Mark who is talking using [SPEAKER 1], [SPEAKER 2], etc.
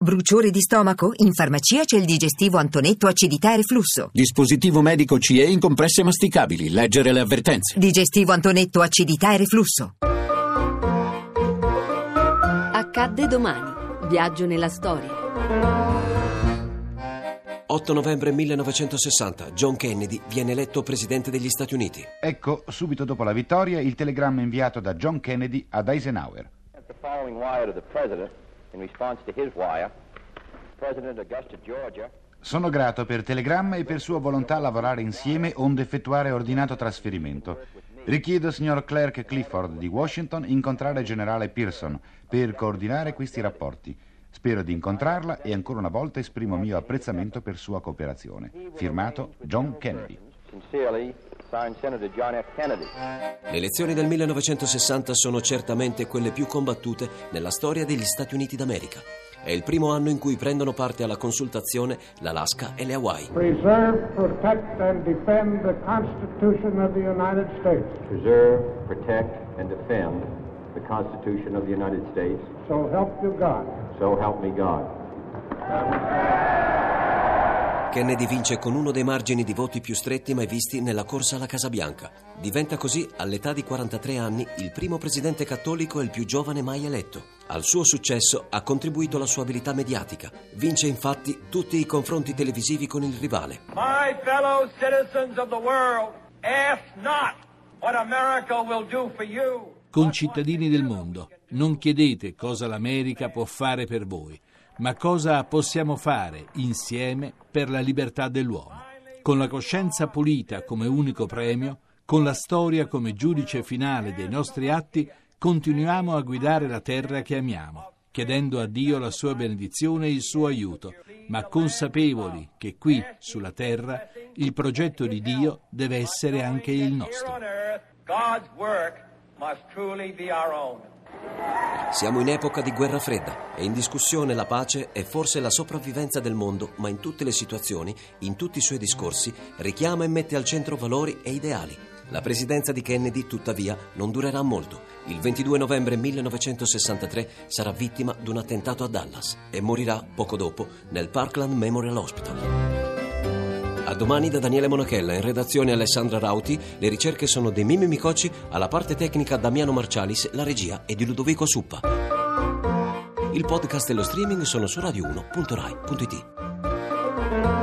[SPEAKER 1] Bruciore di stomaco? In farmacia c'è il digestivo Antonetto acidità e reflusso.
[SPEAKER 2] Dispositivo medico CE in compresse masticabili. Leggere le avvertenze.
[SPEAKER 1] Digestivo Antonetto acidità e reflusso.
[SPEAKER 3] Accadde domani. Viaggio nella storia.
[SPEAKER 4] 8 novembre 1960, John Kennedy viene eletto presidente degli Stati Uniti.
[SPEAKER 5] Ecco, subito dopo la vittoria, il telegramma inviato da John Kennedy ad Eisenhower.
[SPEAKER 6] The following wire to the President in response to his wire. President Augusta, Georgia.
[SPEAKER 5] Sono grato per telegramma e per sua volontà a lavorare insieme onde effettuare ordinato trasferimento. Richiedo, signor Clerk Clifford di Washington, incontrare generale Pearson per coordinare questi rapporti. Spero di incontrarla e ancora una volta esprimo mio apprezzamento per sua cooperazione. Firmato John Kennedy.
[SPEAKER 6] Sincerely, signed Senator John F. Kennedy.
[SPEAKER 4] Le elezioni del 1960 sono certamente quelle più combattute nella storia degli Stati Uniti d'America. È il primo anno in cui prendono parte alla consultazione l'Alaska e le Hawaii.
[SPEAKER 7] Preserve, protect and defend the Constitution of the United States.
[SPEAKER 6] Preserve, protect, and defend the Constitution of the United States.
[SPEAKER 7] So help you God.
[SPEAKER 6] So help me God.
[SPEAKER 4] Kennedy vince con uno dei margini di voti più stretti mai visti nella corsa alla Casa Bianca. Diventa così, all'età di 43 anni, il primo presidente cattolico e il più giovane mai eletto. Al suo successo ha contribuito la sua abilità mediatica. Vince infatti tutti i confronti televisivi con il rivale.
[SPEAKER 8] My fellow citizens of the world, ask not what America will do for you.
[SPEAKER 9] Concittadini del mondo, non chiedete cosa l'America può fare per voi, ma cosa possiamo fare insieme per la libertà dell'uomo. Con la coscienza pulita come unico premio, con la storia come giudice finale dei nostri atti, continuiamo a guidare la terra che amiamo, chiedendo a Dio la sua benedizione e il suo aiuto, ma consapevoli che qui, sulla terra, il progetto di Dio deve essere anche il nostro.
[SPEAKER 8] God's work must truly be our own.
[SPEAKER 4] Siamo in epoca di guerra fredda e in discussione la pace è forse la sopravvivenza del mondo, ma in tutte le situazioni, in tutti i suoi discorsi, richiama e mette al centro valori e ideali. La presidenza di Kennedy, tuttavia, non durerà molto. Il 22 novembre 1963 sarà vittima di un attentato a Dallas e morirà poco dopo nel Parkland Memorial Hospital. A domani da Daniele Monachella, in redazione Alessandra Rauti, le ricerche sono di Mimmi Micocci, alla parte tecnica Damiano Marcialis, la regia è di Ludovico Suppa. Il podcast e lo streaming sono su radio1.rai.it.